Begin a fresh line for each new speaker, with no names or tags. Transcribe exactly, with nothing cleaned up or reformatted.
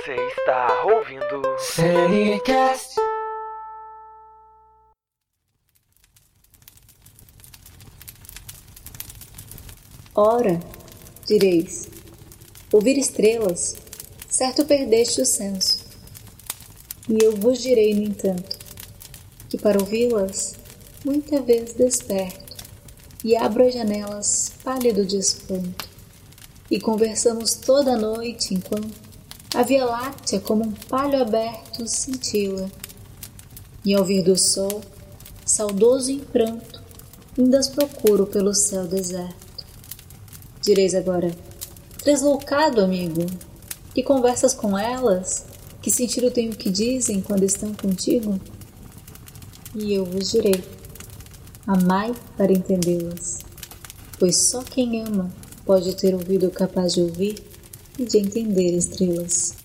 Você está ouvindo
Selecast.
Ora, direis, ouvir estrelas, certo perdeste o senso. E eu vos direi, no entanto, que para ouvi-las, muita vez desperto, e abro as janelas pálido de espanto, e conversamos toda a noite enquanto a Via Láctea como um palho aberto cintila, e ao vir do sol, saudoso em pranto, ainda as procuro pelo céu deserto. Direis agora, tresloucado, amigo, que conversas com elas? Que sentido tem o que dizem quando estão contigo? E eu vos direi, amai para entendê-las, pois só quem ama pode ter ouvido capaz de ouvir e de entender estrelas.